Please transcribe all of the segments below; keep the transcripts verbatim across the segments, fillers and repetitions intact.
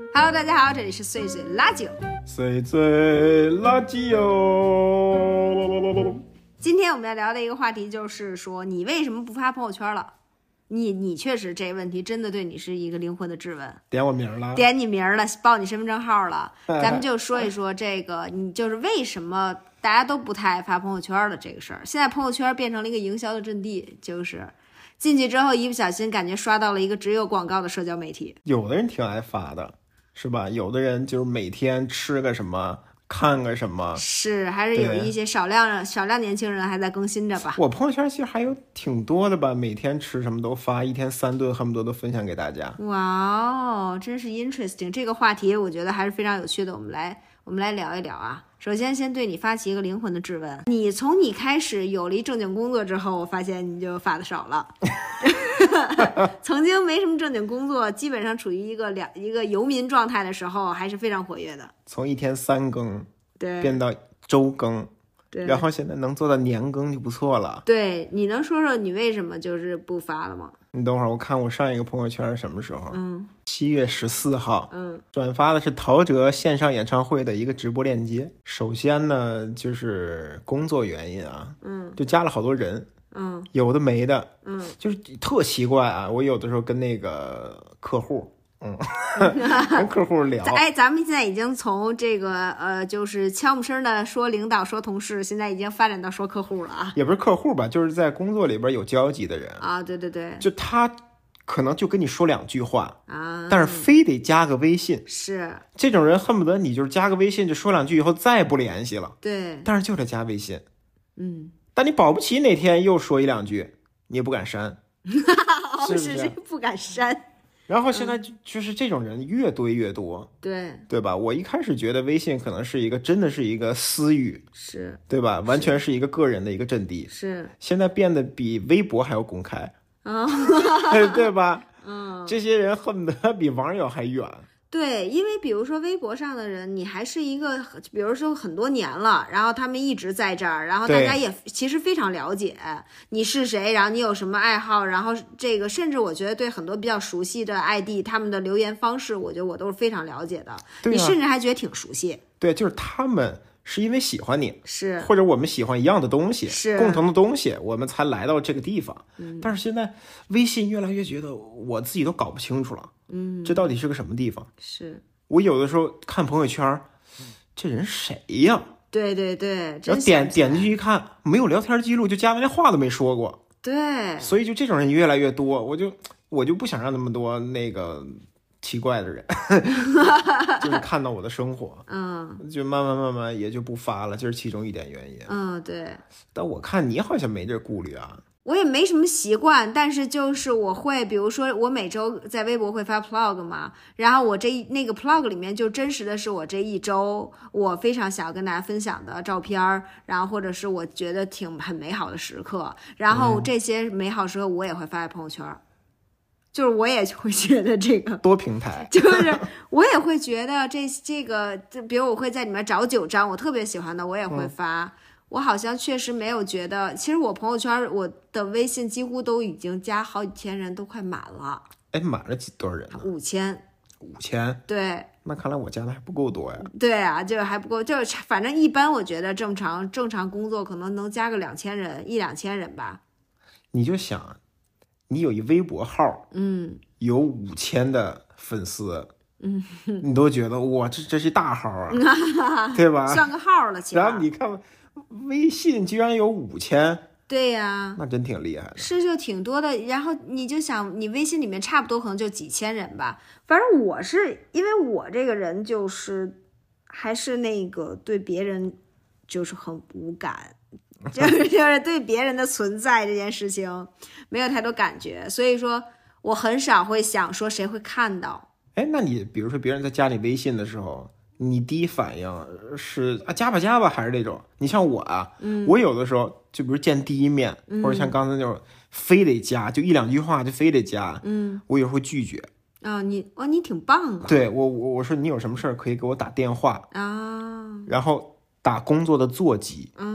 Hello， 大家好，这里是碎碎垃圾， 碎碎垃圾哟。 今天我们要聊的一个话题就是说，你为什么不发朋友圈了？你你确实这问题真的对你是一个灵魂的质问。 点我名了， 点你名了，报你身份证号了，咱们就说一说这个，你就是为什么大家都不太爱发朋友圈的这个事儿。现在朋友圈变成了一个营销的阵地，就是进去之后一不小心感觉刷到了一个只有广告的社交媒体。 有的人挺爱发的，是吧？有的人就是每天吃个什么，看个什么， 是还是有一些少量少量年轻人还在更新着吧。 我朋友圈其实还有挺多的吧，每天吃什么都发，一天三顿，恨不得都分享给大家。 哇哦，真是 interesting， 这个话题我觉得还是非常有趣的，我们来我们来聊一聊啊。首先先对你发起一个灵魂的质问，你从你开始有了一正经工作之后，我发现你就发的少了。曾经没什么正经工作，基本上处于一个两一个游民状态的时候，还是非常活跃的。 从一天三更对变到周更， 对， 然后现在能做到年更就不错了。 对，你能说说你为什么就是不发了吗？ 你等会儿，我看我上一个朋友圈什么时候？ 嗯， 七月十四号。 嗯， 转发的是陶喆线上演唱会的一个直播链接。首先呢，就是工作原因啊， 嗯， 就加了好多人， 嗯， 有的没的， 嗯， 就是特奇怪啊。我有的时候跟那个客户，嗯，跟客户聊， 哎，咱们现在已经从这个呃，就是悄无声的说领导、说同事，现在已经发展到说客户了啊。 也不是客户吧，就是在工作里边有交集的人啊，对对对， 就他可能就跟你说两句话啊， 但是非得加个微信， 是这种人恨不得你就是加个微信就说两句以后再不联系了， 对， 但是就得加微信， 嗯， 但你保不齐哪天又说一两句，你也不敢删， 哦， 是不是是不敢删。 然后现在就就是这种人越堆越多， 对对吧？我一开始觉得微信可能是一个真的是一个私域， 是， 对吧？完全是一个个人的一个阵地， 是现在变得比微博还要公开， 啊， 对吧？ 嗯， 这些人恨不得比网友还远。 对，因为比如说微博上的人，你还是一个，比如说很多年了，然后他们一直在这儿，然后大家也其实非常了解你是谁，然后你有什么爱好，然后这个甚至我觉得对很多比较熟悉的 I D， 他们的留言方式，我觉得我都是非常了解的， 对啊， 你甚至还觉得挺熟悉。 对，就是他们是因为喜欢你， 是或者我们喜欢一样的东西， 是共同的东西，我们才来到这个地方。 嗯， 但是现在微信越来越觉得我自己都搞不清楚了， 嗯， 这到底是个什么地方？ 是我有的时候看朋友圈，这人谁呀？ 对对对， 然后点点进去一看，没有聊天记录，就加完连话都没说过。 对， 所以就这种人越来越多，我就我就不想让那么多那个奇怪的人，就是看到我的生活， 嗯， 就慢慢慢慢也就不发了，这是其中一点原因。 嗯，对。 但我看你好像没这顾虑啊。 我也没什么习惯，但是就是我会，比如说我每周在微博会发 plog 嘛，然后我这一那个 plog 里面就真实的是我这一周我非常想要跟大家分享的照片，然后或者是我觉得挺很美好的时刻，然后这些美好时刻我也会发在朋友圈，嗯、就是我也会觉得这个多平台， 就是我也会觉得这这个，比如我会在里面找九张我特别喜欢的，我也会发。嗯，我好像确实没有觉得，其实我朋友圈我的微信几乎都已经加好几千人，都快满了。 哎，满了几多少人呢？ 五千。 五千？ 对。 那看来我加的还不够多呀。 对啊，就还不够，就是反正一般我觉得正常正常工作可能能加个两千人，一两千人吧。 你就想，你有一微博号， 嗯， 有五千的粉丝。 嗯， 你都觉得哇，这这是大号啊，对吧？ 算个号了，其实。 然后你看。微信居然有五千， 对呀， 那真挺厉害的， 是就挺多的。然后你就想，你微信里面差不多可能就几千人吧。反正我是因为我这个人就是还是那个对别人就是很无感，就是就是对别人的存在这件事情没有太多感觉，所以说我很少会想说谁会看到。 哎，那你比如说别人在加你微信的时候。你第一反应是啊加吧加吧，还是那种？你像我啊，嗯、我有的时候就比如见第一面，嗯、或者像刚才那种非得加，就一两句话就非得加，嗯，我有时候会拒绝。 啊、哦，你哦，你挺棒的。 对我我我说你有什么事儿可以给我打电话啊， 然后打工作的座机， 嗯，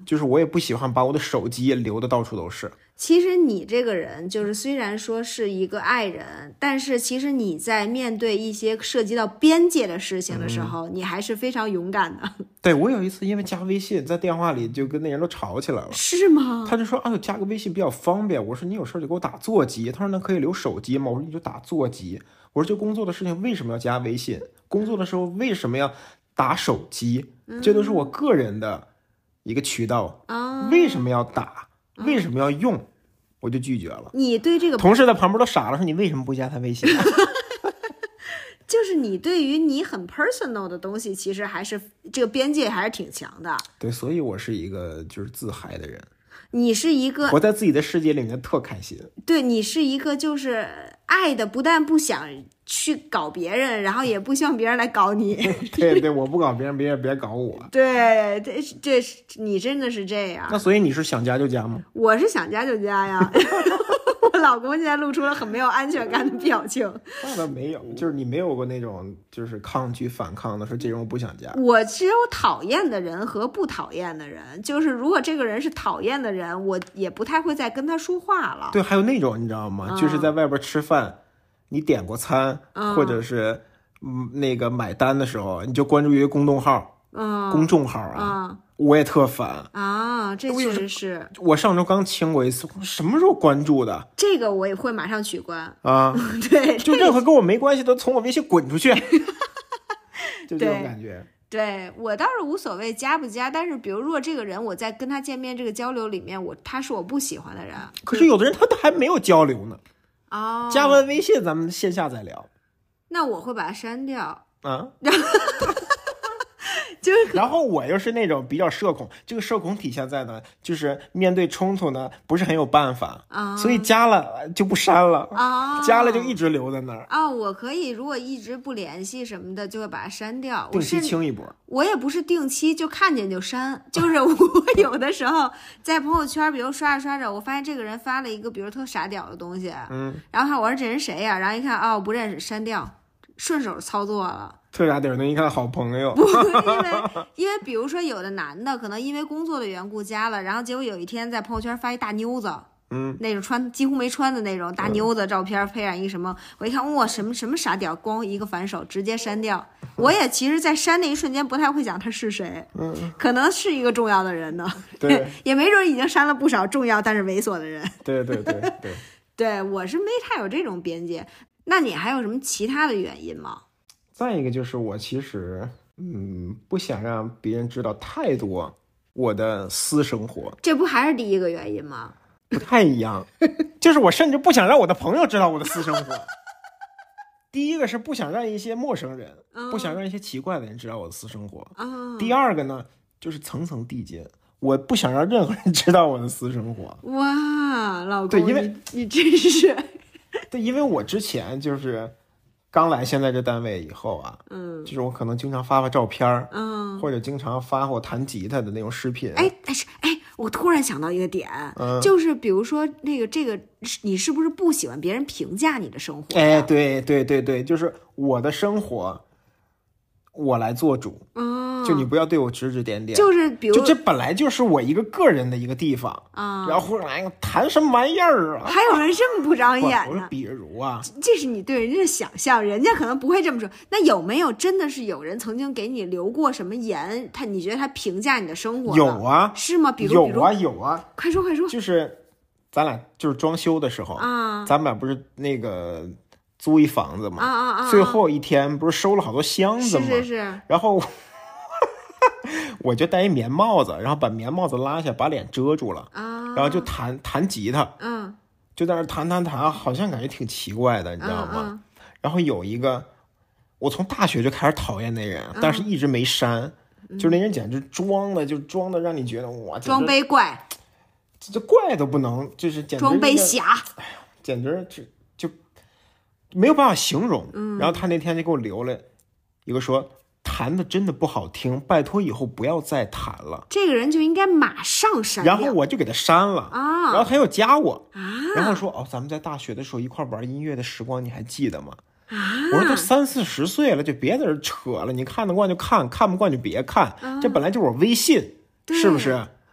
就是我也不喜欢把我的手机留的到处都是。 其实你这个人就是虽然说是一个爱人，但是其实你在面对一些涉及到边界的事情的时候，嗯、你还是非常勇敢的。 对，我有一次因为加微信，在电话里就跟那人都吵起来了。 是吗？ 他就说啊，加个微信比较方便。我说你有事就给我打座机。他说那可以留手机吗？我说你就打座机。我说就工作的事情为什么要加微信？工作的时候为什么要打手机？这都是我个人的一个渠道， 嗯、 为什么要打？为什么要用？我就拒绝了。 你对这个同事在旁边都傻了，说你为什么不加他微信？ 就是你对于你很 personal 的东西，其实还是这个边界还是挺强的。 对，所以我是一个就是自嗨的人。 你是一个活在自己的世界里面特开心。 对，你是一个就是爱的，不但不想去搞别人，然后也不希望别人来搞你。 对对，我不搞别人，别人别搞我。 对，这这你真的是这样。 那所以你是想加就加吗？ 我是想加就加呀。我老公现在露出了很没有安全感的表情。 那倒没有，就是你没有过那种就是抗拒反抗的，说这种我不想加。 我只有讨厌的人和不讨厌的人，就是如果这个人是讨厌的人，我也不太会再跟他说话了。 对，还有那种你知道吗？嗯、就是在外边吃饭，你点过餐， 嗯、 或者是嗯那个买单的时候，你就关注一个公众号， 嗯， 公众号啊。嗯，我也特烦啊，这确实是。 我上周刚清过一次，什么时候关注的？ 这个我也会马上取关啊。 对， 就任何跟我没关系都从我微信滚出去，就这种感觉。 对，我倒是无所谓加不加，但是比如如果这个人我在跟他见面这个交流里面，我他是我不喜欢的人， 可是有的人他还没有交流呢。 哦， 加完微信咱们线下再聊。 那我会把它删掉啊。 就是， 然后我又是那种比较社恐，这个社恐体现在呢，就是面对冲突呢不是很有办法啊， 所以加了就不删了啊， 加了就一直留在那儿啊。我可以如果一直不联系什么的，就会把它删掉， 定期清一波。 我也不是定期，就看见就删，就是我有的时候在朋友圈，比如刷着刷着，我发现这个人发了一个比如特傻屌的东西， 嗯， 然后看我说这人谁呀、啊？然后一看哦不认识，删掉，顺手操作了。 特傻屌的，一看好朋友。 不，因为因为比如说有的男的可能因为工作的缘故加了，然后结果有一天在朋友圈发一大妞子， 嗯， 那种穿几乎没穿的那种大妞子照片，配上一什么，我一看哇，什么什么傻屌，光一个反手直接删掉。我也其实，在删那一瞬间不太会想他是谁， 嗯， 可能是一个重要的人呢， 对， 也没准已经删了不少重要但是猥琐的人。 对对对对， 对，我是没太有这种边界。那你还有什么其他的原因吗？ 再一个就是我其实嗯不想让别人知道太多我的私生活。 这不还是第一个原因吗？ 不太一样，就是我甚至不想让我的朋友知道我的私生活。第一个是不想让一些陌生人、嗯、不想让一些奇怪的人知道我的私生活、 嗯、 第二个呢就是层层递进，我不想让任何人知道我的私生活。 哇，老公， 对，因为你, 你真是对，因为我之前就是刚来现在这单位以后啊， 嗯， 就是我可能经常发发照片， 嗯， 或者经常发我弹吉他的那种视频。 哎，但是哎，我突然想到一个点， 嗯， 就是比如说那个这个，你是不是不喜欢别人评价你的生活？ 哎，对对对对，就是我的生活，我来做主。 嗯， 就你不要对我指指点点。 就是比如， 就这本来就是我一个个人的一个地方啊， 然后忽然哎谈什么玩意儿啊？ 还有人这么不长眼呢？ 我说比如啊， 这是你对人家的想象，人家可能不会这么说。那有没有真的是有人曾经给你留过什么言？他你觉得他评价你的生活？ 有啊， 是吗？比如有啊有啊， 快说快说。 就是咱俩就是装修的时候啊， 咱们俩不是那个租一房子嘛， 啊啊啊！ 最后一天不是收了好多箱子吗？ 是是是。 然后我就戴一棉帽子，然后把棉帽子拉下，把脸遮住了啊， 然后就弹弹吉他， 嗯， 就在那弹弹弹，好像感觉挺奇怪的，你知道吗？ 嗯嗯、 然后有一个，我从大学就开始讨厌那人，嗯、但是一直没删，嗯、就那人简直装的，就装的让你觉得哇， 装杯怪， 这这怪都不能，就是简直装杯侠， 哎呀，简直就就没有办法形容。 嗯， 然后他那天就给我留了一个说。弹的真的不好听，拜托以后不要再弹了。 这个人就应该马上删掉。 然后我就给他删了啊， 然后他又加我啊， 然后说哦，咱们在大学的时候一块玩音乐的时光，你还记得吗？ 啊， 我说都三四十岁了，就别在这扯了。你看得惯就看，看不惯就别看。 啊、 这本来就是我微信，是不是？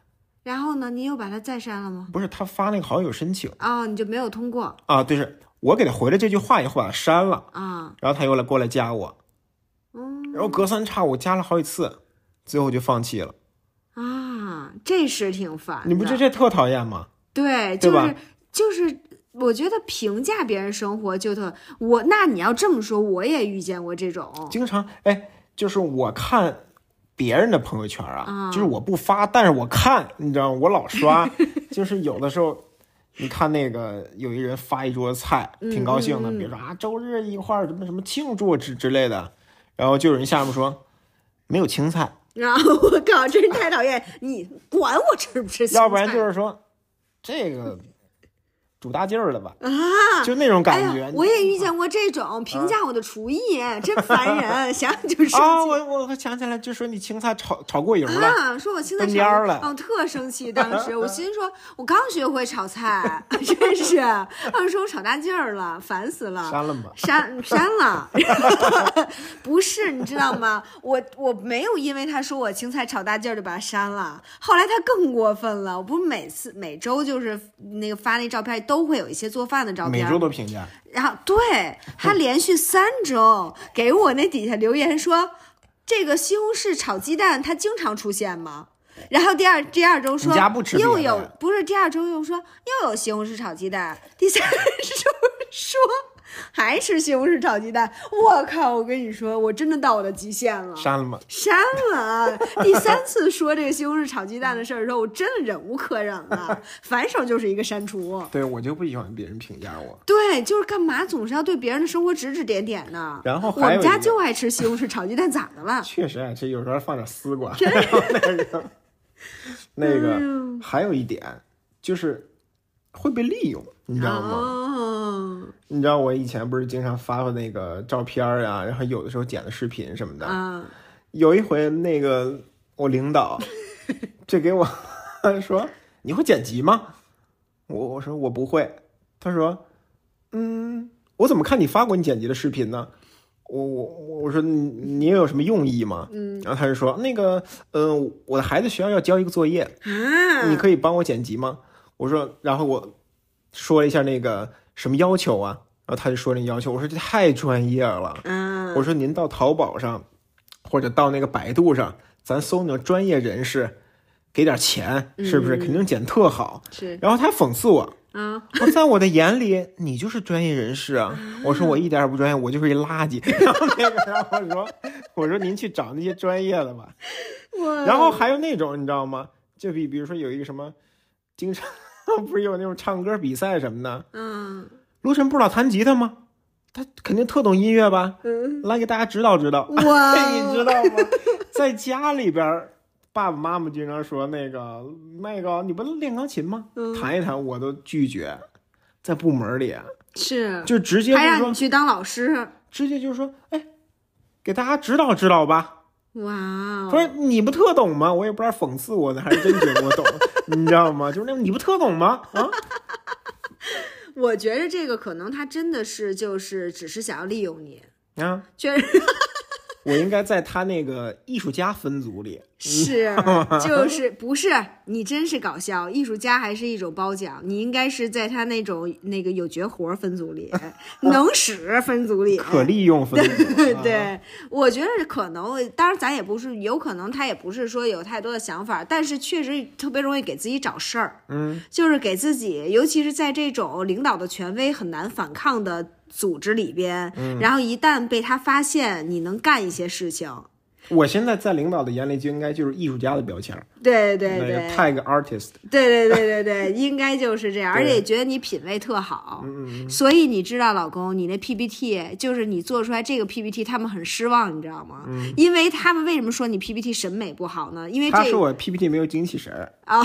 然后呢，你又把他再删了吗？ 不是，他发那个好友申请哦，你就没有通过啊？对，是我给他回了这句话以后把他删了啊， 然后他又来过来加我， 嗯， 然后隔三差五加了好几次，最后就放弃了啊，这是挺烦的。 你不觉得这特讨厌吗？ 对，就是就是。我觉得评价别人生活就特我，那你要这么说，我也遇见过这种， 经常哎，就是我看别人的朋友圈啊， 嗯、 就是我不发，但是我看，你知道吗？我老刷，就是有的时候，你看那个有一人发一桌菜，挺高兴的， 嗯嗯嗯比如说啊，周日一块儿什么什么庆祝之之类的，然后就有人下面说没有青菜， 然后我靠，真是太讨厌，你管我吃不吃青菜？ 要不然就是说这个。煮大劲儿了吧？ 啊， 就那种感觉。 哎、我也遇见过这种评价我的厨艺，啊、真烦人，想想就生气。 啊，我我想起来，就说你青菜炒炒过油了， 啊，说我青菜炒了， 哦，特生气。当时我心说，我刚学会炒菜，真是。他们说我炒大劲儿了，烦死了。 删了吧？ 删删了。不是，你知道吗？我我没有因为他说我青菜炒大劲儿就把他删了。后来他更过分了，我不是每次每周就是那个发那照片都会有一些做饭的照片， 每周都评价。 然后对他连续三周给我那底下留言说，这个西红柿炒鸡蛋它经常出现吗？然后第二第二周说你家不吃又有不是第二周又说又有西红柿炒鸡蛋，第三周说还吃西红柿炒鸡蛋，我靠！我跟你说，我真的到我的极限了。 删了吗？ 删了。第三次说这个西红柿炒鸡蛋的事儿的时候，我真的忍无可忍了，反手就是一个删除。 对，我就不喜欢别人评价我。 对，就是干嘛总是要对别人的生活指指点点呢？ 然后我们家就爱吃西红柿炒鸡蛋，咋的了？ 确实爱吃，有时候放点丝瓜。然后那个那个、嗯、还有一点就是会被利用。你知道吗、 哦、 你知道我以前不是经常发发那个照片啊，然后有的时候剪的视频什么的、 嗯、 有一回那个我领导就给我说你会剪辑吗？我我说我不会。他说嗯，我怎么看你发过你剪辑的视频呢？我我我说你你有什么用意吗？ 嗯， 然后他就说那个呃我的孩子学校要交一个作业、 啊、 你可以帮我剪辑吗？我说然后我说了一下那个什么要求啊，然后他就说那要求，我说这太专业了， 嗯， 我说您到淘宝上或者到那个百度上，咱搜那种专业人士，给点钱，是不是、嗯、肯定剪特好？ 是。 然后他讽刺我， 啊， 我在我的眼里你就是专业人士啊，我说我一点也不专业，我就是一垃圾。然后那个，然后我说我说您去找那些专业的吧。然后还有那种你知道吗？就比比如说有一个什么，经常。不是有那种唱歌比赛什么的， 嗯， 卢晨不知道弹吉他吗？他肯定特懂音乐吧？ 嗯， 来给大家指导指导。 哇， 你知道吗？在家里边，爸爸妈妈经常说那个那个，你不练钢琴吗？ 嗯、 弹一弹，我都拒绝。在部门里是， 就直接就还让你去当老师， 直接就说，哎，给大家指导指导吧。 哇， 不是你不特懂吗？我也不知道讽刺我呢，还是真觉得我懂，你知道吗？就是那种你不特懂吗？啊， 我觉得这个可能他真的是就是只是想要利用你啊， 确实。 我应该在他那个艺术家分组里， 是，就是不是你真是搞笑，艺术家还是一种褒奖，你应该是在他那种那个有绝活分组里，能使分组里， 可利用分组。 对，对我觉得可能，当然咱也不是，有可能他也不是说有太多的想法，但是确实特别容易给自己找事儿， 嗯， 就是给自己，尤其是在这种领导的权威很难反抗的组织里边、嗯、然后一旦被他发现你能干一些事情， 我现在在领导的眼里就应该就是艺术家的标签。 对对对， 那个 tag artist。 对对对对对，应该就是这样。而且觉得你品味特好， 嗯， 所以你知道老公你那 P P T 就是你做出来这个 P P T 他们很失望，你知道吗、 嗯、 因为他们为什么说你 P P T 审美不好呢？因为、这个、 他说我 P P T 没有精气神啊。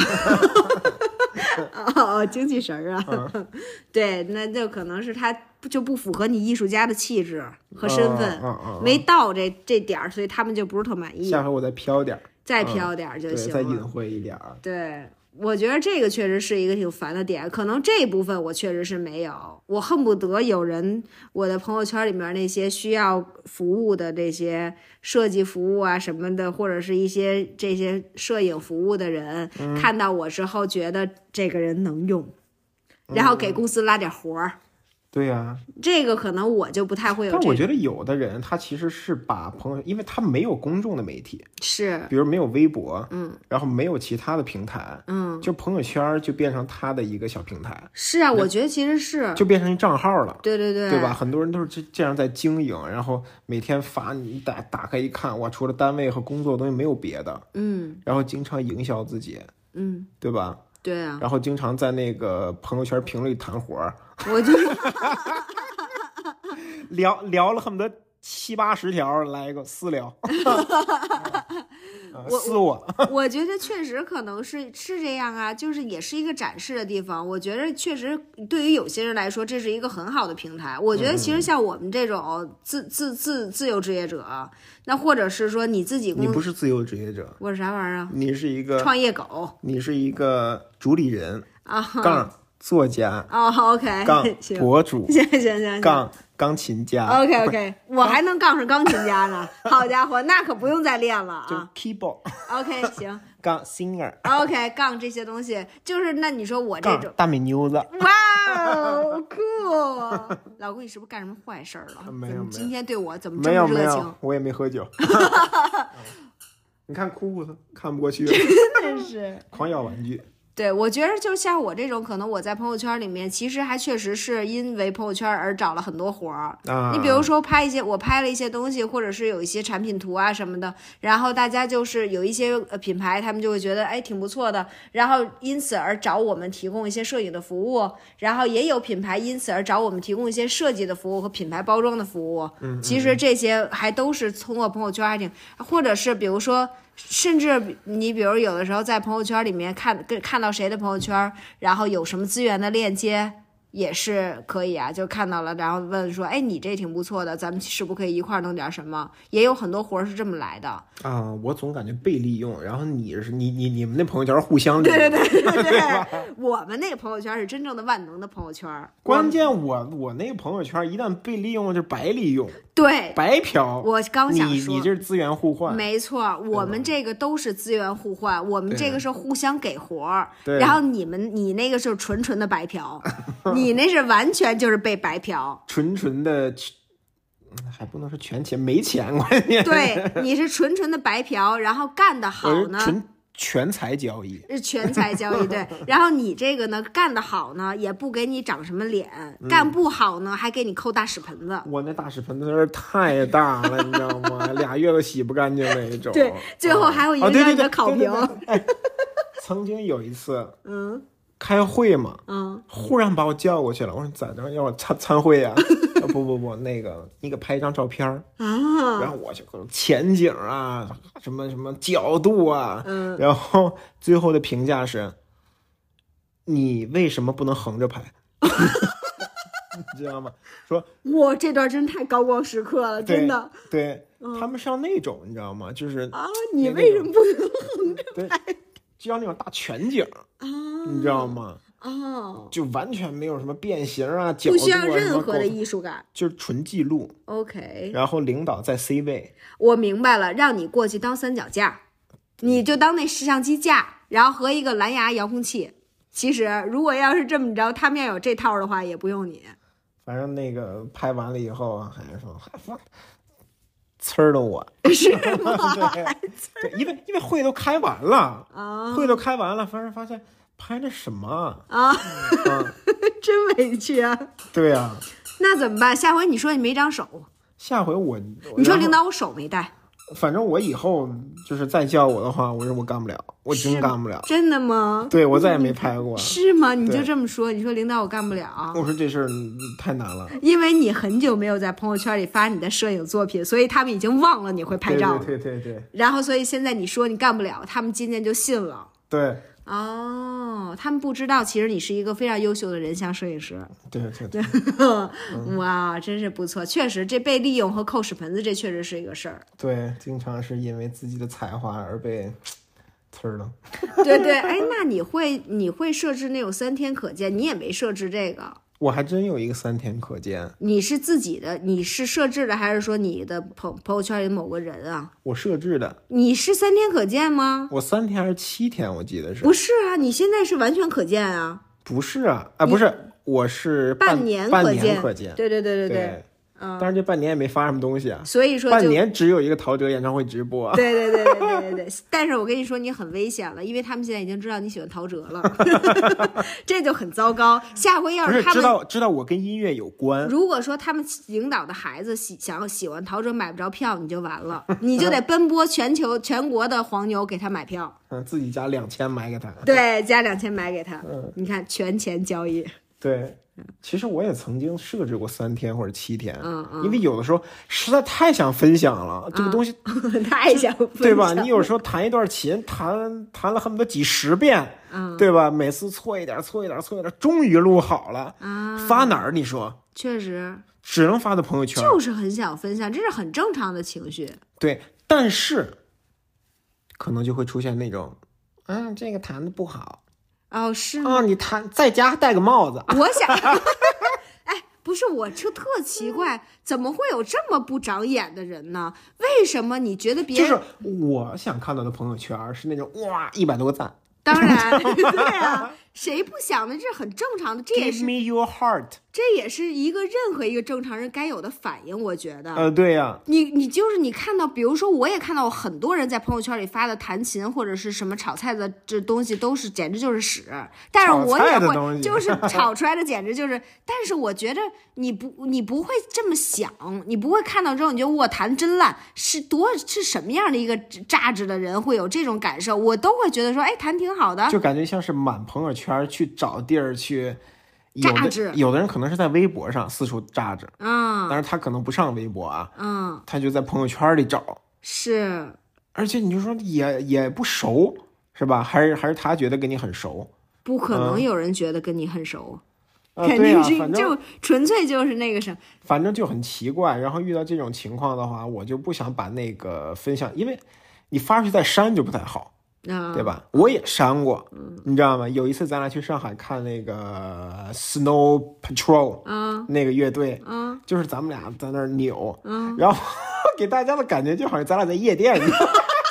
哦，精气神儿啊、嗯，对，那就可能是他就不符合你艺术家的气质和身份， 嗯嗯嗯、 没到这这点儿，所以他们就不是特满意。 下回我再飘点儿， 再飘点儿就行了、 嗯、再隐晦一点儿。 对， 我觉得这个确实是一个挺烦的点，可能这一部分我确实是没有，我恨不得有人我的朋友圈里面那些需要服务的这些设计服务啊什么的，或者是一些这些摄影服务的人、嗯、看到我之后觉得这个人能用，然后给公司拉点活儿、嗯。 对呀、啊， 这个可能我就不太会有这个。 但我觉得有的人他其实是把朋友，因为他没有公众的媒体， 是， 比如没有微博， 嗯， 然后没有其他的平台， 嗯， 就朋友圈就变成他的一个小平台。 是啊，我觉得其实是就变成一账号了。 对对对， 对吧？很多人都是这这样在经营，然后每天发，你打打开一看，哇，除了单位和工作的东西没有别的， 嗯， 然后经常营销自己， 嗯， 对吧？ 对啊， 然后经常在那个朋友圈评论里谈活儿， 我就聊聊了恨不得七八十条，来一个私聊，私我， 我觉得确实可能是是这样啊，就是也是一个展示的地方。我觉得确实对于有些人来说，这是一个很好的平台。我觉得其实像我们这种自自自自由职业者，那或者是说你自己公， 你不是自由职业者， 我是啥玩意儿啊？ 你是一个创业狗， 你是一个主理人啊， 杠作家哦 ，OK， 杠博主， 行行行行， 杠钢琴家 ，OK OK， 我还能杠上钢琴家呢，好家伙，那可不用再练了啊 ，keyboard，OK， 行， 杠 singer，OK， 杠这些东西，就是那你说我这种大美妞子， 哇哦，酷，老公你是不是干什么坏事了？ 没有， 今天对我怎么这么热情？ 我也没喝酒。你看酷酷的，看不过去， 真的是狂咬玩具。 对，我觉得就像我这种，可能我在朋友圈里面，其实还确实是因为朋友圈而找了很多活儿。 啊， 你比如说拍一些，我拍了一些东西，或者是有一些产品图啊什么的，然后大家就是有一些呃品牌，他们就会觉得哎挺不错的，然后因此而找我们提供一些摄影的服务，然后也有品牌因此而找我们提供一些设计的服务和品牌包装的服务。 嗯， 其实这些还都是通过朋友圈还挺，或者是比如说。甚至你比如有的时候在朋友圈里面看看到谁的朋友圈，然后有什么资源的链接也是可以啊，就看到了，然后问说，哎，你这挺不错的，咱们是不是可以一块弄点什么？也有很多活是这么来的啊。我总感觉被利用，然后你是你你你们那朋友圈互相利用， 对对对对对，我们那个朋友圈是真正的万能的朋友圈。 关键我我那个朋友圈一旦被利用，就白利用。 对， 白嫖。 我刚想说， 你你这是资源互换， 没错，我们这个都是资源互换，我们这个是互相给活儿， 然后你们你那个是纯纯的白嫖，你那是完全就是被白嫖， 纯纯的，还不能说全钱，没钱关键。 对，你是纯纯的白嫖，然后干得好呢， 纯全财交易， 是全财交易，对。然后你这个呢，干得好呢，也不给你长什么脸； 嗯、 干不好呢，还给你扣大屎盆子。 我那大屎盆子有点太大了，你知道吗？俩月都洗不干净那一种。 对，最后还会影响你的考评。 哦哎、曾经有一次， 嗯， 开会嘛， 嗯， 忽然把我叫过去了，我说咋着要我参参会呀、啊？不不不，那个你给拍一张照片啊， 然后我就各种前景啊，什么什么角度啊， 嗯， 然后最后的评价是，你为什么不能横着拍？你知道吗？说哇，这段真太高光时刻了，真的。 对，对他们是要那种，你知道吗？就是啊，你为什么不能横着拍？ 就要那种大全景啊， 你知道吗？ 哦， 就完全没有什么变形啊，角度啊， 不需要任何的艺术感， 就是纯记录。 OK， 然后领导在 C 位， 我明白了，让你过去当三脚架，你就当那摄像机架，然后和一个蓝牙遥控器。其实如果要是这么着，他们要有这套的话，也不用你。 反正那个拍完了以后，还说还放。呲儿的我是吗？ 对, 对，因为因为会都开完了啊， 会都开完了，反正发现拍的什么啊， 嗯、 真委屈啊！ 对啊， 那怎么办？下回你说你没长手， 下回我你说领导我手没带， 反正我以后就是再叫我的话，我说我干不了，我真干不了。 真的吗？ 对，我再也没拍过。 是吗？你就这么说？你说领导我干不了？ 我说这事儿太难了， 因为你很久没有在朋友圈里发你的摄影作品，所以他们已经忘了你会拍照了。 对对对对。 然后，所以现在你说你干不了，他们今天就信了。 对。 哦，他们不知道，其实你是一个非常优秀的人像摄影师。 对对对， 嗯、哇，真是不错，确实这被利用和扣屎盆子，这确实是一个事儿。 对，经常是因为自己的才华而被呲儿了。 对对，哎，那你会你会设置那种三天可见？你也没设置这个。 我还真有一个三天可见。 你是自己的，你是设置的，还是说你的朋朋友圈里的某个人啊？ 我设置的。 你是三天可见吗？ 我三天还是七天？我记得是。 不是啊，你现在是完全可见啊。 不是啊，啊不是，我是半半年半可见。 年可见。 对对对对对。 对嗯，但是这半年也没发什么东西啊， 所以说半年只有一个陶喆演唱会直播。 对对对对对对对。但是我跟你说，你很危险了，因为他们现在已经知道你喜欢陶喆了，这就很糟糕。下回要不是他们知道知道我跟音乐有关， 如果说他们领导的孩子喜想喜欢陶喆买不着票，你就完了，你就得奔波全球全国的黄牛给他买票。 嗯，自己加两千买给他。 对，加两千买给他。 嗯， 你看全钱交易。 对。其实我也曾经设置过三天或者七天， 嗯嗯， 因为有的时候实在太想分享了，嗯、这个东西太想分享， 对吧？你有时候弹一段琴，弹弹了恨不得几十遍， 嗯， 对吧？每次错一点，错一点，错一点，终于录好了， 啊， 发哪儿？你说？ 确实， 只能发到朋友圈， 就是很想分享，这是很正常的情绪。对， 但是可能就会出现那种，嗯，这个弹的不好。 哦，是啊、哦，你弹在家戴个帽子。 我想，哎，不是，我就特奇怪，怎么会有这么不长眼的人呢？为什么你觉得别人？ 就是我想看到的朋友圈是那种哇，一百多个赞。 当然，对啊，谁不想的？这是很正常的，这也是 Give me your heart， 这也是一个任何一个正常人该有的反应，我觉得。 呃，对呀、啊， 你你就是你看到，比如说，我也看到很多人在朋友圈里发的弹琴或者是什么炒菜的这东西，都是简直就是屎。但是我也会，就是炒出来的简直就是。但是我觉得你不你不会这么想，你不会看到之后你觉得我弹真烂，是多是什么样的一个榨汁的人会有这种感受？我都会觉得说，哎，弹挺好的， 就感觉像是满朋友圈去找地儿去。有榨汁， 的有的人可能是在微博上四处榨汁， 嗯， 但是他可能不上微博啊， 嗯， 他就在朋友圈里找， 是， 而且你就说也也不熟，是吧？还是还是他觉得跟你很熟？ 不可能有人觉得跟你很熟， 嗯、 肯定是、 啊、 就純粹就是那个什么， 反正就很奇怪。然后遇到这种情况的话，我就不想把那个分享，因为你发出去再删就不太好。 嗯、 对吧？我也删过、 嗯， 你知道吗？有一次咱俩去上海看那个 Snow Patrol， 嗯， 那个乐队， 嗯， 就是咱们俩在那儿扭， 嗯， 然后给大家的感觉就好像咱俩在夜店一样。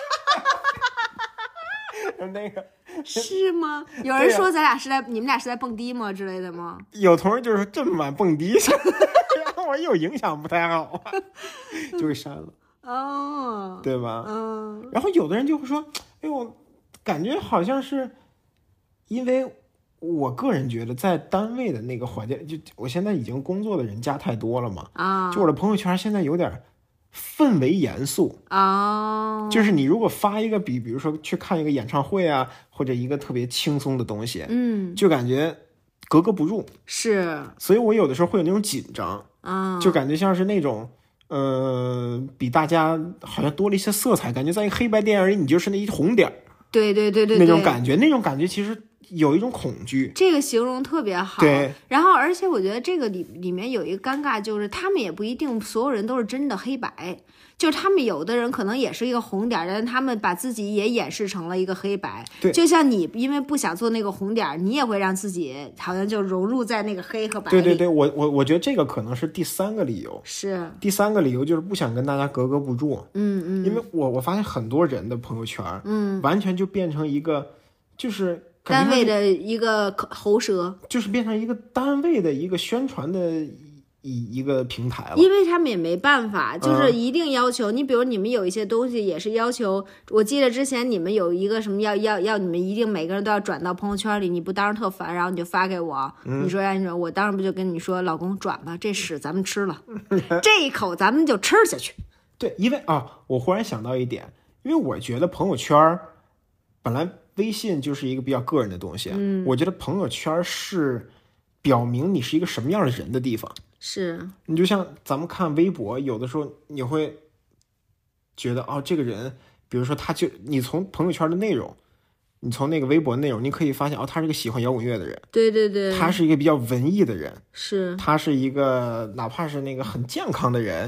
那个是吗？有人说咱俩是在、啊、你们俩是在蹦迪吗之类的吗？ 有同事就是说这么晚蹦迪，然后我有影响不太好，就给删了。 哦， 对吧？ 嗯， 然后有的人就会说，哎呦，感觉好像是因为我个人觉得在单位的那个环境，就我现在已经工作的人加太多了嘛， 啊， 就我的朋友圈现在有点氛围严肃啊、哦， 就是你如果发一个比比如说去看一个演唱会啊，或者一个特别轻松的东西， 嗯， 就感觉格格不入， 是， 所以我有的时候会有那种紧张， 啊， 就感觉像是那种。呃，比大家好像多了一些色彩，感觉在一个黑白电影里，你就是那一红点， 对对对对， 那种感觉，那种感觉其实有一种恐惧。 这个形容特别好。 对， 然后而且我觉得这个里里面有一个尴尬，就是他们也不一定所有人都是真的黑白，就是他们有的人可能也是一个红点，但他们把自己也演示成了一个黑白。 对， 就像你因为不想做那个红点，你也会让自己好像就融入在那个黑和白里。 对对对，我我我觉得这个可能是第三个理由。 是第三个理由就是不想跟大家格格不入。 嗯嗯， 因为我我发现很多人的朋友圈， 嗯， 完全就变成一个就是单位的一个喉舌， 就是变成一个单位的一个宣传的。一一个平台了， 因为他们也没办法，就是一定要求、嗯、你，比如你们有一些东西也是要求，我记得之前你们有一个什么要要要你们一定每个人都要转到朋友圈里，你不当时特烦，然后你就发给我，嗯、你说让你说，我当时不就跟你说，老公转吧，这屎咱们吃了，这一口咱们就吃下去。 对，因为啊，我忽然想到一点，因为我觉得朋友圈本来微信就是一个比较个人的东西， 嗯， 我觉得朋友圈是表明你是一个什么样的人的地方。 是， 你就像咱们看微博，有的时候你会觉得哦，这个人，比如说他就你从朋友圈的内容，你从那个微博内容，你可以发现哦，他是个喜欢摇滚乐的人， 对对对， 他是一个比较文艺的人， 是， 他是一个哪怕是那个很健康的人，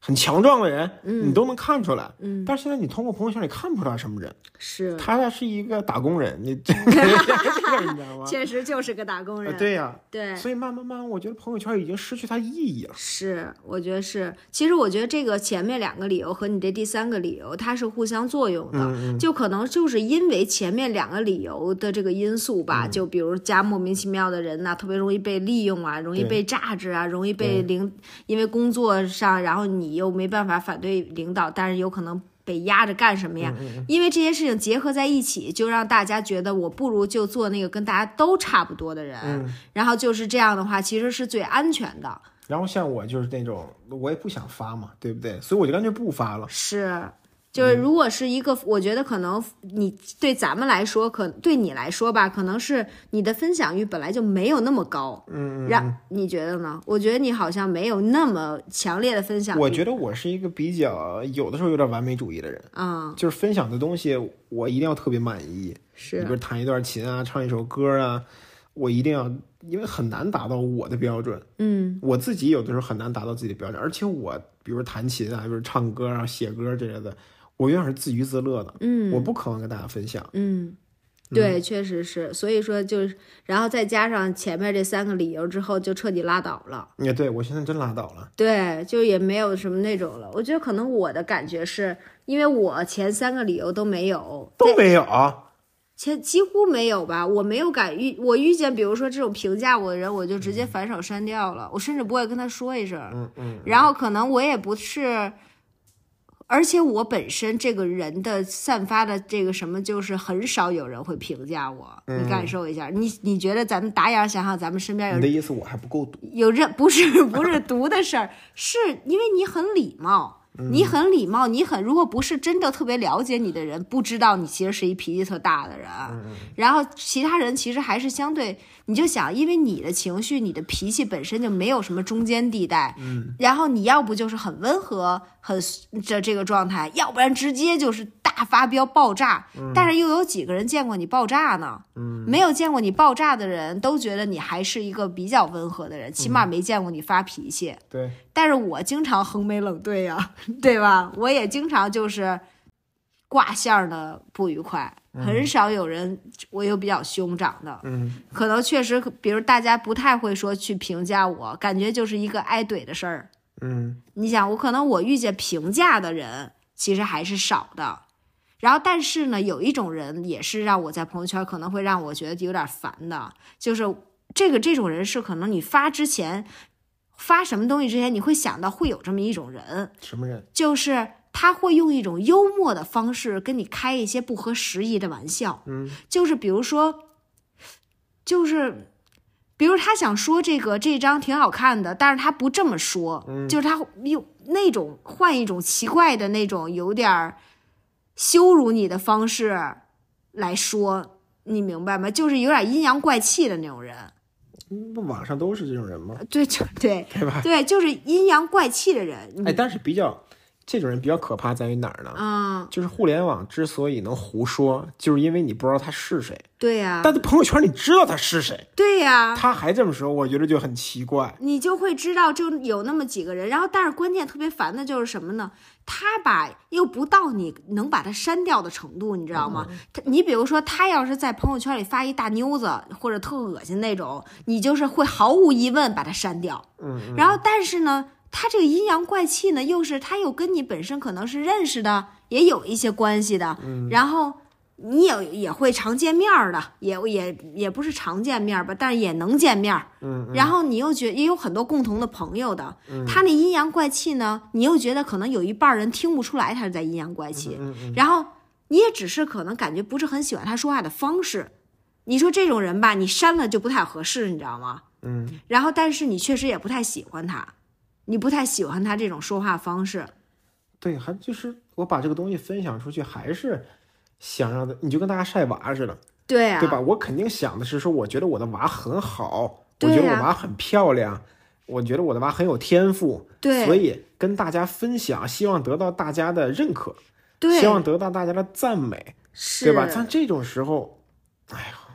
很强壮的人， 嗯， 你都能看出来。 嗯， 但是现在你通过朋友圈，你看不出来什么人。 是， 他是一个打工人，你这个你知道吗？ 确实就是个打工人。 啊、对呀、啊， 对。 所以慢慢慢，我觉得朋友圈已经失去它意义了。 是，我觉得是。其实我觉得这个前面两个理由和你这第三个理由，它是互相作用的。 嗯嗯， 就可能就是因为前面两个理由的这个因素吧， 嗯、 就比如加莫名其妙的人呐、啊，特别容易被利用啊，容易被榨制啊，容易被领，因为工作上，然后你又没办法反对领导，但是有可能被压着干什么呀？ 嗯嗯， 因为这些事情结合在一起，就让大家觉得我不如就做那个跟大家都差不多的人， 嗯、 然后就是这样的话，其实是最安全的。 然后像我就是那种，我也不想发嘛，对不对？所以我就干脆不发了。 是。就是如果是一个，我觉得可能你对咱们来说，可对你来说吧，可能是你的分享欲本来就没有那么高， 嗯， 然你觉得呢？我觉得你好像没有那么强烈的分享欲。 我觉得我是一个比较有的时候有点完美主义的人， 嗯， 就是分享的东西我一定要特别满意， 是， 你比如弹一段琴啊，唱一首歌啊，我一定要，因为很难达到我的标准， 嗯， 我自己有的时候很难达到自己的标准，而且我比如弹琴啊，比如唱歌啊，写歌之类的。我永远是自娱自乐的， 嗯， 我不可能跟大家分享， 嗯，对，嗯、确实是，所以说就是，然后再加上前面这三个理由之后，就彻底拉倒了。 也对，我现在真拉倒了。 对，就也没有什么那种了。我觉得可能我的感觉是因为我前三个理由都没有， 都没有， 前几乎没有吧。我没有敢遇，我遇见比如说这种评价我的人，我就直接反手删掉了，嗯、我甚至不会跟他说一声。 嗯嗯。 然后可能我也不是。而且我本身这个人的散发的这个什么，就是很少有人会评价我。嗯、你感受一下，你你觉得咱们打眼想想，咱们身边有你的意思我还不够毒？ 有这不是不是毒的事儿，是因为你很礼貌。你很礼貌，你很如果不是真的特别了解你的人，不知道你其实是一脾气特大的人。 嗯、 然后其他人其实还是相对，你就想，因为你的情绪、你的脾气本身就没有什么中间地带。 嗯， 然后你要不就是很温和、很这这个状态，要不然直接就是大发飙、爆炸。 嗯、 但是又有几个人见过你爆炸呢？ 嗯， 没有见过你爆炸的人都觉得你还是一个比较温和的人，起码没见过你发脾气。 嗯、对。 但是我经常横眉冷对呀、啊，对吧？我也经常就是挂线的不愉快， 嗯、 很少有人，我又比较凶长的， 嗯， 可能确实，比如大家不太会说去评价我，感觉就是一个挨怼的事儿， 嗯， 你想，我可能我遇见评价的人其实还是少的，然后但是呢，有一种人也是让我在朋友圈可能会让我觉得有点烦的，就是这个这种人是可能你发之前。发什么东西之前，你会想到会有这么一种人， 什么人？ 就是他会用一种幽默的方式跟你开一些不合时宜的玩笑。 嗯， 就是比如说，就是比如他想说这个这张挺好看的，但是他不这么说， 嗯、 就是他用那种换一种奇怪的那种有点羞辱你的方式来说，你明白吗？就是有点阴阳怪气的那种人。 那网上都是这种人吗？ 对，就对， 对吧？ 对，就是阴阳怪气的人。 哎，但是比较这种人比较可怕在于哪儿呢？ 嗯， 就是互联网之所以能胡说，就是因为你不知道他是谁。 对呀、啊。 但在朋友圈你知道他是谁。 对呀、啊。 他还这么说，我觉得就很奇怪。 你就会知道就有那么几个人，然后但是关键特别烦的就是什么呢？他吧又不到你能把他删掉的程度，你知道吗？ 嗯、 他你比如说他要是在朋友圈里发一大妞子或者特恶心那种，你就是会毫无疑问把他删掉。 嗯。嗯然后但是呢，他这个阴阳怪气呢，又是他又跟你本身可能是认识的，也有一些关系的。 嗯。 然后你也也会常见面的，也也也不是常见面吧，但是也能见面。 嗯。嗯然后你又觉得也有很多共同的朋友的， 嗯、 他那阴阳怪气呢，你又觉得可能有一半人听不出来他是在阴阳怪气。 嗯嗯嗯、 然后你也只是可能感觉不是很喜欢他说话的方式。你说这种人吧，你删了就不太合适，你知道吗？ 嗯。 然后但是你确实也不太喜欢他。你不太喜欢他这种说话方式。 对，还就是我把这个东西分享出去，还是想让他，你就跟大家晒娃似的， 对啊， 对吧？我肯定想的是说，我觉得我的娃很好， 对啊、 我觉得我娃很漂亮，我觉得我的娃很有天赋， 对， 所以跟大家分享，希望得到大家的认可， 对， 希望得到大家的赞美， 是， 对吧？像这种时候，哎呀，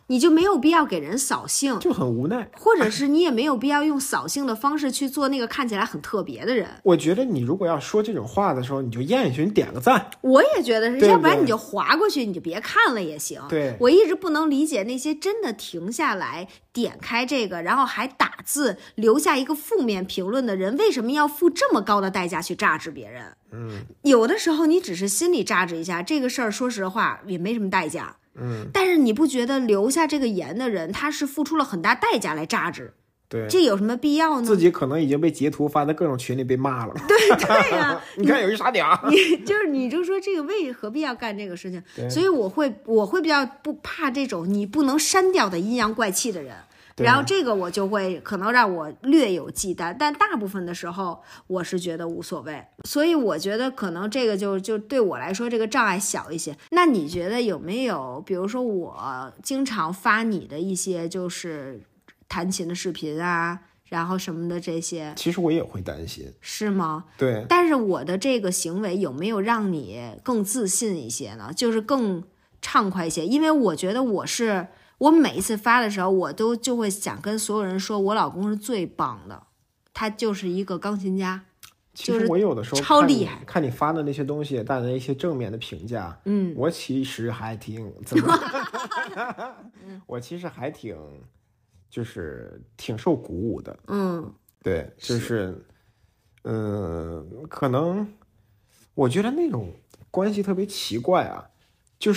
你就没有必要给人扫兴， 就很无奈， 或者是你也没有必要用扫兴的方式去做那个看起来很特别的人。 我觉得你如果要说这种话的时候，你就咽下去，你点个赞。 我也觉得是， 对要不然你就划过去，你就别看了也行。 对， 我一直不能理解那些真的停下来点开这个，然后还打字留下一个负面评论的人，为什么要付这么高的代价去榨制别人？ 嗯， 有的时候你只是心里榨制一下这个事儿，说实话也没什么代价。 嗯， 但是你不觉得留下这个言的人，他是付出了很大代价来榨汁？ 对， 这有什么必要呢？ 自己可能已经被截图发在各种群里被骂了。 对对呀、啊， 你看有一傻屌， 你就是你就说这个为何必要干这个事情？所以我会我会比较不怕这种你不能删掉的阴阳怪气的人。然后这个我就会可能让我略有忌惮，但大部分的时候我是觉得无所谓，所以我觉得可能这个就就对我来说这个障碍小一些。那你觉得有没有，比如说我经常发你的一些就是弹琴的视频啊，然后什么的这些， 其实我也会担心， 是吗？ 对。 但是我的这个行为有没有让你更自信一些呢？就是更畅快一些，因为我觉得我是。我每一次发的时候，我都就会想跟所有人说，我老公是最棒的，他就是一个钢琴家。 其实我有的时候超厉害， 看你发的那些东西带来一些正面的评价， 嗯， 我其实还挺怎么，我其实还挺就是挺受鼓舞的， 嗯， 对，就是嗯、呃，可能我觉得那种关系特别奇怪啊，就是。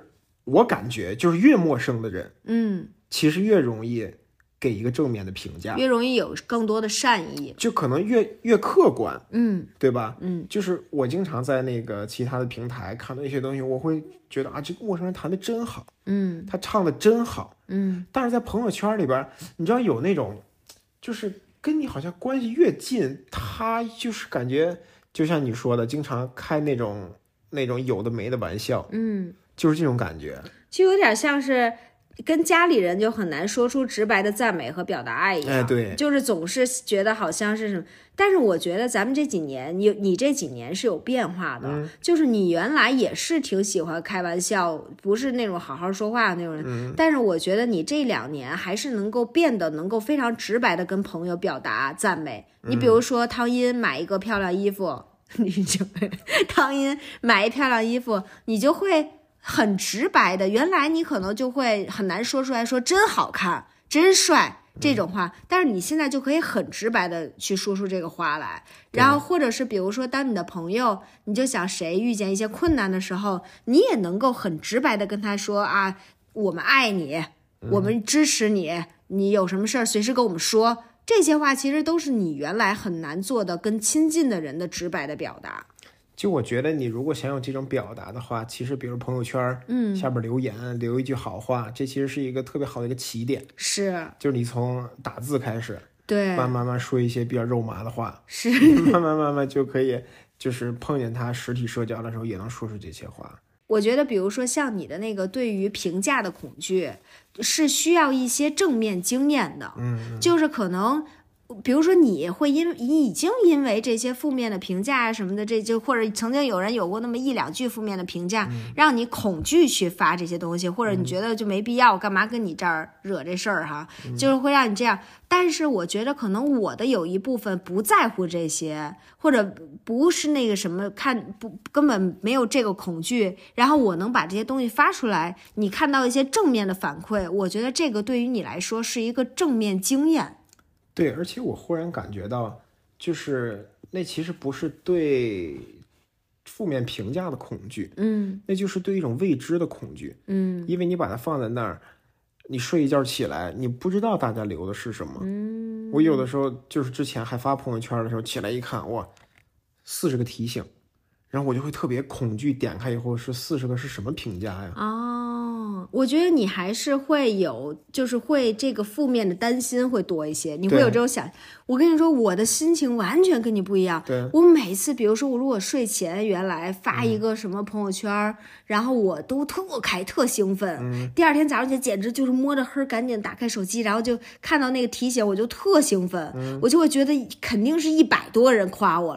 我感觉就是越陌生的人， 嗯， 其实越容易给一个正面的评价， 越容易有更多的善意， 就可能越越客观， 嗯， 对吧？ 嗯， 就是我经常在那个其他的平台看到一些东西，我会觉得啊，这个陌生人弹的真好， 嗯， 他唱的真好， 嗯， 但是在朋友圈里边，你知道有那种，就是跟你好像关系越近，他就是感觉就像你说的，经常开那种那种有的没的玩笑， 嗯。 就是这种感觉， 就有点像是跟家里人就很难说出直白的赞美和表达爱一样， 哎，对， 就是总是觉得好像是什么。但是我觉得咱们这几年，你你这几年是有变化的， 嗯、 就是你原来也是挺喜欢开玩笑，不是那种好好说话的那种人， 嗯、 但是我觉得你这两年还是能够变得能够非常直白的跟朋友表达赞美。 嗯、 你比如说汤阴买一个漂亮衣服，你就会汤阴买一漂亮衣服，你就会。很直白的，原来你可能就会很难说出来说真好看、真帅这种话，但是你现在就可以很直白的去说出这个话来。然后或者是比如说，当你的朋友，你就想谁遇见一些困难的时候，你也能够很直白的跟他说啊，我们爱你，我们支持你，你有什么事儿随时跟我们说。这些话其实都是你原来很难做的跟亲近的人的直白的表达。 就我觉得你如果想有这种表达的话，其实比如朋友圈， 嗯， 下边留言留一句好话，这其实是一个特别好的一个起点。 是， 就是你从打字开始， 对， 慢慢慢说一些比较肉麻的话， 是， 慢慢慢慢就可以，就是碰见他实体社交的时候也能说出这些话。 我觉得，比如说像你的那个对于评价的恐惧，是需要一些正面经验的， 嗯， 就是可能。比如说你会因你已经因为这些负面的评价啊什么的，这就或者曾经有人有过那么一两句负面的评价， 嗯、 让你恐惧去发这些东西，或者你觉得就没必要，干嘛跟你这儿惹这事儿哈， 嗯、 就是会让你这样。但是我觉得可能我的有一部分不在乎这些，或者不是那个什么看不根本没有这个恐惧，然后我能把这些东西发出来，你看到一些正面的反馈，我觉得这个对于你来说是一个正面经验。 对，而且我忽然感觉到，就是那其实不是对负面评价的恐惧， 嗯， 那就是对一种未知的恐惧， 嗯， 因为你把它放在那儿，你睡一觉起来，你不知道大家留的是什么。 嗯， 我有的时候就是之前还发朋友圈的时候，起来一看，哇，四十个提醒，然后我就会特别恐惧，点开以后是四十个是什么评价呀？ 哦，我觉得你还是会有，就是会这个负面的担心会多一些，你会有这种想。我跟你说，我的心情完全跟你不一样。 对， 我每次，比如说我如果睡前原来发一个什么朋友圈，嗯、然后我都特开特兴奋， 嗯、 第二天早上起来简直就是摸着黑赶紧打开手机，然后就看到那个提醒，我就特兴奋， 嗯、 我就会觉得肯定是一百多人夸我了。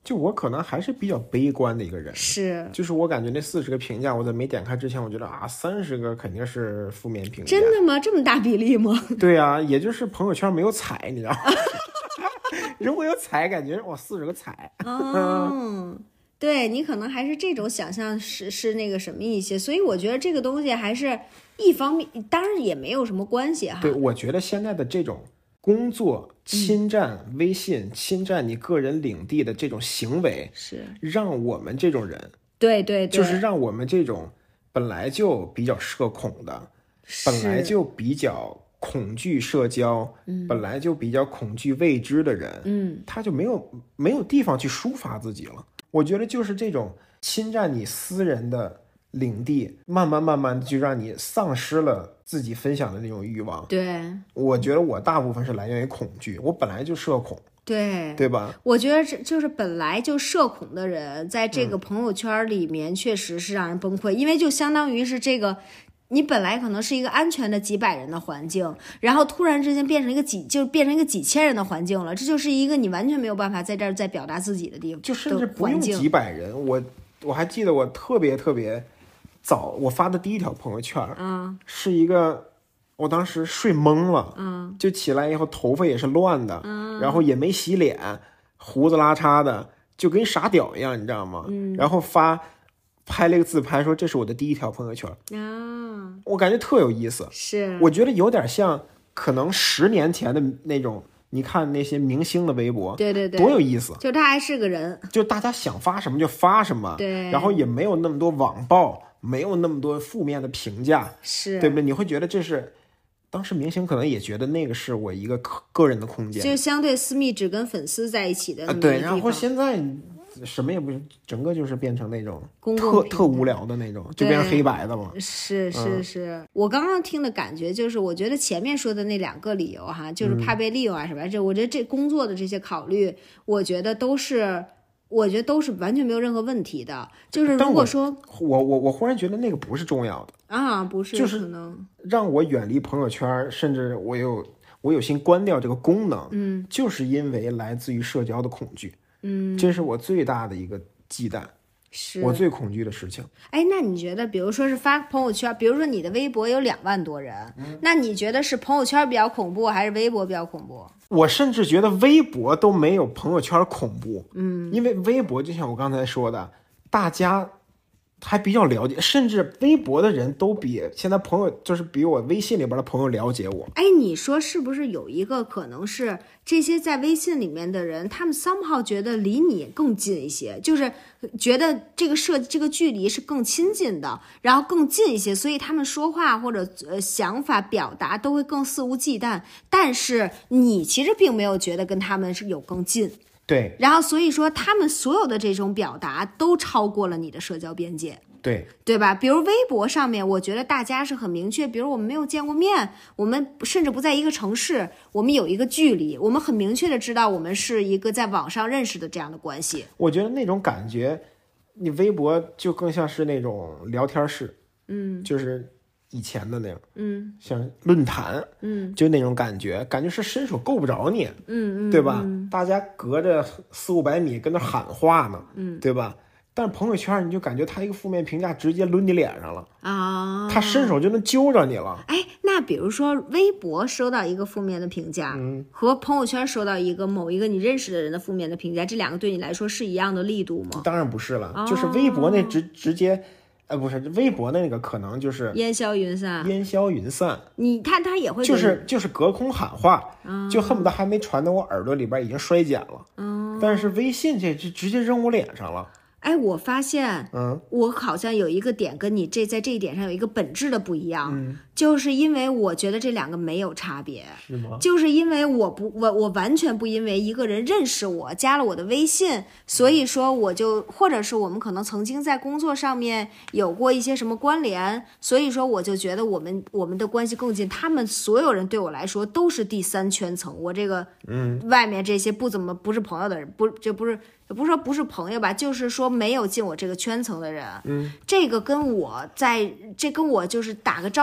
就我可能还是比较悲观的一个人， 是， 就是我感觉那四十个评价，我在没点开之前，我觉得啊，三十个肯定是负面评价。 真的吗？这么大比例吗？ 对啊，也就是朋友圈没有踩，你知道吗？如果有踩，感觉哇，四十个踩。 哦，对你可能还是这种想象是是那个什么一些，所以我觉得这个东西还是一方面，当然也没有什么关系哈。 对，我觉得现在的这种工作侵占微信、嗯、侵占你个人领地的这种行为， 是让我们这种人， 对对对， 就是让我们这种本来就比较社恐的，本来就比较恐惧社交、嗯、本来就比较恐惧未知的人， 嗯， 他就没有没有地方去抒发自己了。我觉得就是这种侵占你私人的领地，慢慢慢慢的就让你丧失了自己分享的那种欲望。 对， 我觉得我大部分是来源于恐惧，我本来就社恐， 对对吧？ 我觉得这就是本来就社恐的人，在这个朋友圈里面确实是让人崩溃，嗯、因为就相当于是这个。你本来可能是一个安全的几百人的环境，然后突然之间变成一个几，就变成一个几千人的环境了，这就是一个你完全没有办法在这儿再表达自己的地方， 就甚至不用几百人。我我还记得我特别特别早，我发的第一条朋友圈， 嗯， 是一个我当时睡懵了， 嗯， 就起来以后头发也是乱的， 嗯， 然后也没洗脸，胡子拉碴的，就跟傻屌一样，你知道吗？ 嗯， 然后发。拍了一个自拍，说这是我的第一条朋友圈啊， 我感觉特有意思。 是， 我觉得有点像可能十年前的那种，你看那些明星的微博， 对对对， 多有意思。 就他还是个人， 就大家想发什么就发什么， 对， 然后也没有那么多网暴，没有那么多负面的评价， 是对不对？你会觉得这是。当时明星可能也觉得那个是我一个个人的空间， 就相对私密，只跟粉丝在一起的、 啊。对，然后现在什么也不是，整个就是变成那种特特无聊的那种，就变成黑白的了。 是是是、嗯，我刚刚听的感觉就是，我觉得前面说的那两个理由哈，就是怕被利用啊什么，这、嗯、我觉得这工作的这些考虑，我觉得都是。我觉得都是完全没有任何问题的，就是如果说我我我忽然觉得那个不是重要的啊，不是， 就是可能让我远离朋友圈，甚至我有我有心关掉这个功能， 嗯， 就是因为来自于社交的恐惧， 嗯， 这是我最大的一个忌惮， 是我最恐惧的事情。 哎，那你觉得，比如说是发朋友圈，比如说你的微博有两万多人、嗯，那你觉得是朋友圈比较恐怖，还是微博比较恐怖？ 我甚至觉得微博都没有朋友圈恐怖， 嗯， 因为微博就像我刚才说的，大家还比较了解，甚至微博的人都比现在朋友就是比我微信里边的朋友了解我。 哎，你说是不是有一个可能是这些在微信里面的人，他们 somehow 觉得离你更近一些，就是觉得这个社这个距离是更亲近的，然后更近一些，所以他们说话或者呃想法表达都会更肆无忌惮。但是你其实并没有觉得跟他们是有更近。 对， 然后所以说他们所有的这种表达都超过了你的社交边界， 对对吧？比如微博上面，我觉得大家是很明确，比如我们没有见过面，我们甚至不在一个城市，我们有一个距离，我们很明确的知道我们是一个在网上认识的这样的关系。 我觉得那种感觉，你微博就更像是那种聊天室， 嗯， 就是以前的那样， 嗯， 像论坛， 嗯， 就那种感觉，感觉是伸手够不着你， 嗯嗯， 对吧？ 嗯、 大家隔着四五百米跟那喊话呢， 嗯， 对吧？但是朋友圈你就感觉他一个负面评价直接抡你脸上了啊， 他伸手就能揪着你了。 哎，那比如说微博收到一个负面的评价， 嗯， 和朋友圈收到一个某一个你认识的人的负面的评价，这两个对你来说是一样的力度吗？ 当然不是了， 哦、 就是微博那直直接。呃，不是微博的那个，可能就是烟消云散， 烟消云散。 你看他也会就是就是隔空喊话， 嗯、 就恨不得还没传到我耳朵里边，已经衰减了。 嗯， 但是微信这就直接扔我脸上了。 哎，我发现， 嗯， 我好像有一个点跟你这在这一点上有一个本质的不一样， 嗯， 就是因为我觉得这两个没有差别， 是吗？ 就是因为我不我我完全不因为一个人认识我加了我的微信，所以说我就或者是我们可能曾经在工作上面有过一些什么关联，所以说我就觉得我们我们的关系更近，他们所有人对我来说都是第三圈层，我这个嗯外面这些不怎么不是朋友的人，不就不是。也不是说不是朋友吧，就是说没有进我这个圈层的人， 嗯， 这个跟我在这跟我就是打个照面认识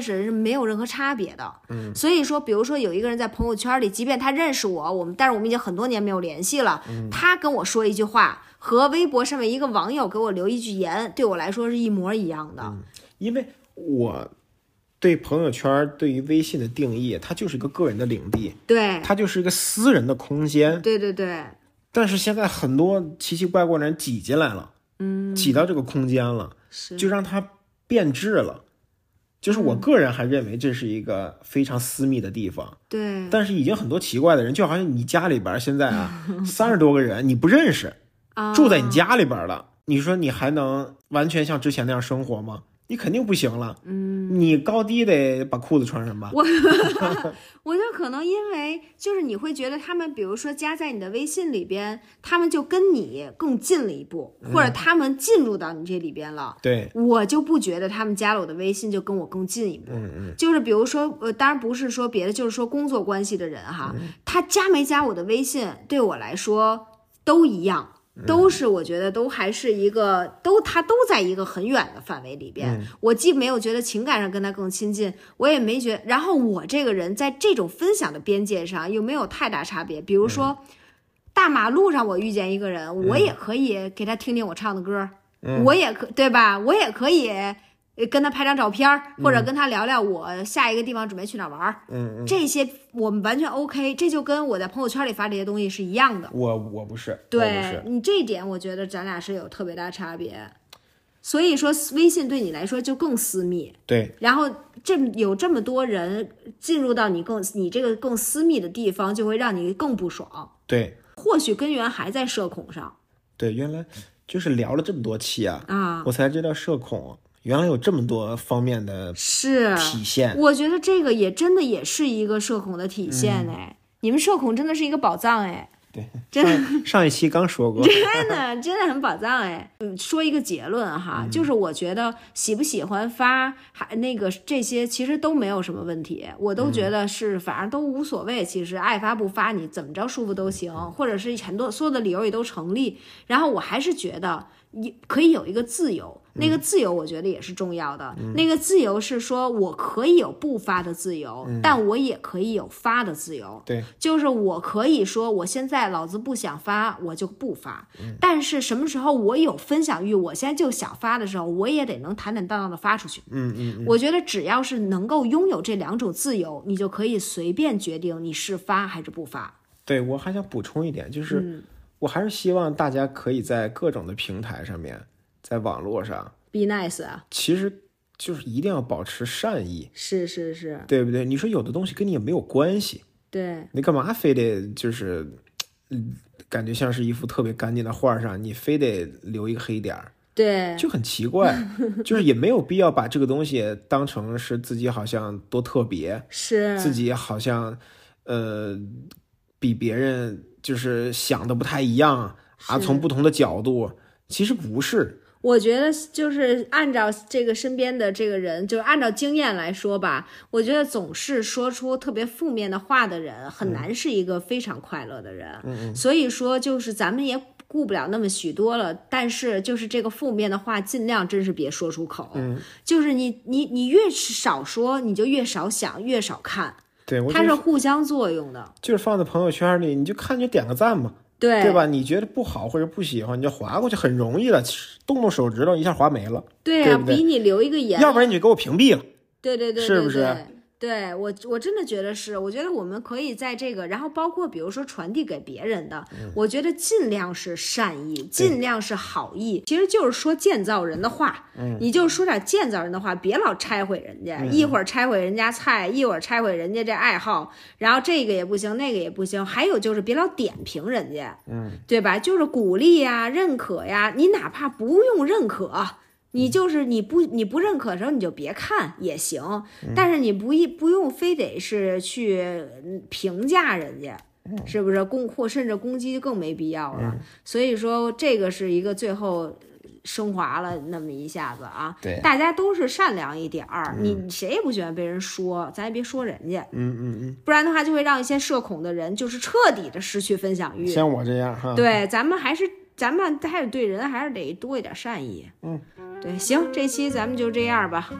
识的人是没有任何差别的。嗯，所以说，比如说有一个人在朋友圈里，即便他认识我，我们但是我们已经很多年没有联系了，嗯、他跟我说一句话，和微博上面一个网友给我留一句言，对我来说是一模一样的。 嗯、因为我对朋友圈对于微信的定义，它就是一个个人的领地， 对， 它就是一个私人的空间。 对对对。 但是现在很多奇奇怪怪的人挤进来了，嗯，挤到这个空间了，就让它变质了。就是我个人还认为这是一个非常私密的地方， 对。 但是已经很多奇怪的人，就好像你家里边现在啊，三十多个人你不认识，住在你家里边了，你说你还能完全像之前那样生活吗？你肯定不行了，嗯，你高低得把裤子穿上吧。 我我就可能因为就是你会觉得他们，比如说加在你的微信里边，他们就跟你更近了一步，或者他们进入到你这里边了。 对， 我就不觉得他们加了我的微信就跟我更近一步。 嗯嗯， 就是比如说，呃，当然不是说别的，就是说工作关系的人哈，嗯、他加没加我的微信，对我来说都一样。都是我觉得都还是一个都他都在一个很远的范围里边、嗯、我既没有觉得情感上跟他更亲近，我也没觉得，然后我这个人在这种分享的边界上又没有太大差别。比如说、嗯、大马路上我遇见一个人，我也可以给他听听我唱的歌、嗯、我也可对吧，我也可以跟他拍张照片，或者跟他聊聊我下一个地方准备去哪玩。嗯嗯，这些我们完全 OK， 这就跟我在朋友圈里发这些东西是一样的。 我我不是， 对， 我不是你这一点，我觉得咱俩是有特别大差别。所以说，微信对你来说就更私密。 对， 然后这有这么多人进入到你更你这个更私密的地方，就会让你更不爽。 对， 或许根源还在社恐上。 对，原来就是聊了这么多期啊， 啊， 我才知道社恐原来有这么多方面的是体现。 我觉得这个也真的也是一个社恐的体现哎、嗯，你们社恐真的是一个宝藏哎。 对， 真的上上一期刚说过， 真的真的很宝藏哎。嗯，说一个结论哈、嗯，就是我觉得喜不喜欢发还那个这些其实都没有什么问题，我都觉得是反正都无所谓，其实爱发不发你怎么着舒服都行，或者是很多所有的理由也都成立。然后我还是觉得你可以有一个自由。那个自由我觉得也是重要的、嗯、那个自由是说我可以有不发的自由、嗯、但我也可以有发的自由。 对， 就是我可以说我现在老子不想发我就不发、嗯、但是什么时候我有分享欲我现在就想发的时候我也得能坦坦荡荡的发出去。 嗯嗯嗯， 我觉得只要是能够拥有这两种自由你就可以随便决定你是发还是不发。 对，我还想补充一点，就是、嗯、我还是希望大家可以在各种的平台上面在网络上 be nice 啊， 其实就是一定要保持善意， 是是是， 对不对？你说有的东西跟你也没有关系， 对， 你干嘛非得就是嗯，感觉像是一幅特别干净的画上你非得留一个黑点儿， 对， 就很奇怪就是也没有必要把这个东西当成是自己好像多特别， 是自己好像呃比别人就是想的不太一样啊，从不同的角度，其实不是。 我觉得就是按照这个身边的这个人，就按照经验来说吧，我觉得总是说出特别负面的话的人很难是一个非常快乐的人。 嗯， 所以说就是咱们也顾不了那么许多了，但是就是这个负面的话尽量真是别说出口。 嗯， 就是你你你越少说你就越少想越少看。 对， 它是互相作用的， 就是放在朋友圈里你就看就点个赞嘛， 对对吧？你觉得不好或者不喜欢你就划过去，很容易的，动动手指头一下划没了。 对啊，对对，比你留一个言， 要不然你就给我屏蔽了。 对对对对对， 是不是？ 对，我我真的觉得是，我觉得我们可以在这个，然后包括比如说传递给别人的、嗯、我觉得尽量是善意，尽量是好意，其实就是说建造人的话、嗯、你就说点建造人的话，别老拆毁人家、嗯、一会儿拆毁人家菜，一会儿拆毁人家这爱好，然后这个也不行那个也不行，还有就是别老点评人家， 嗯， 对吧？就是鼓励呀认可呀，你哪怕不用认可，你就是你不你不认可的时候你就别看也行，但是你不一不用非得是去评价人家，是不是攻或甚至攻击更没必要了。所以说这个是一个最后升华了那么一下子啊， 对， 大家都是善良一点儿，你谁也不喜欢被人说，咱也别说人家， 嗯嗯嗯， 不然的话就会让一些社恐的人就是彻底的失去分享欲， 像我这样哈。 对，咱们还是咱们还是对人还是得多一点善意， 嗯。 对，行，这期咱们就这样吧。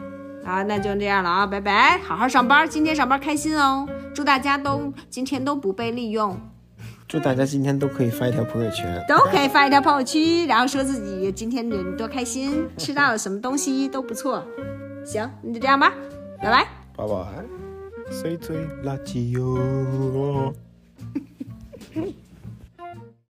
好，那就这样了啊，拜拜，好好上班，今天上班开心哦，祝大家都今天都不被利用。 祝大家今天都可以发一条朋友圈， 都可以发一条朋友圈，然后说自己今天人多开心，吃到了什么东西都不错。行，那就这样吧，拜拜， 拜拜。碎嘴垃圾哟。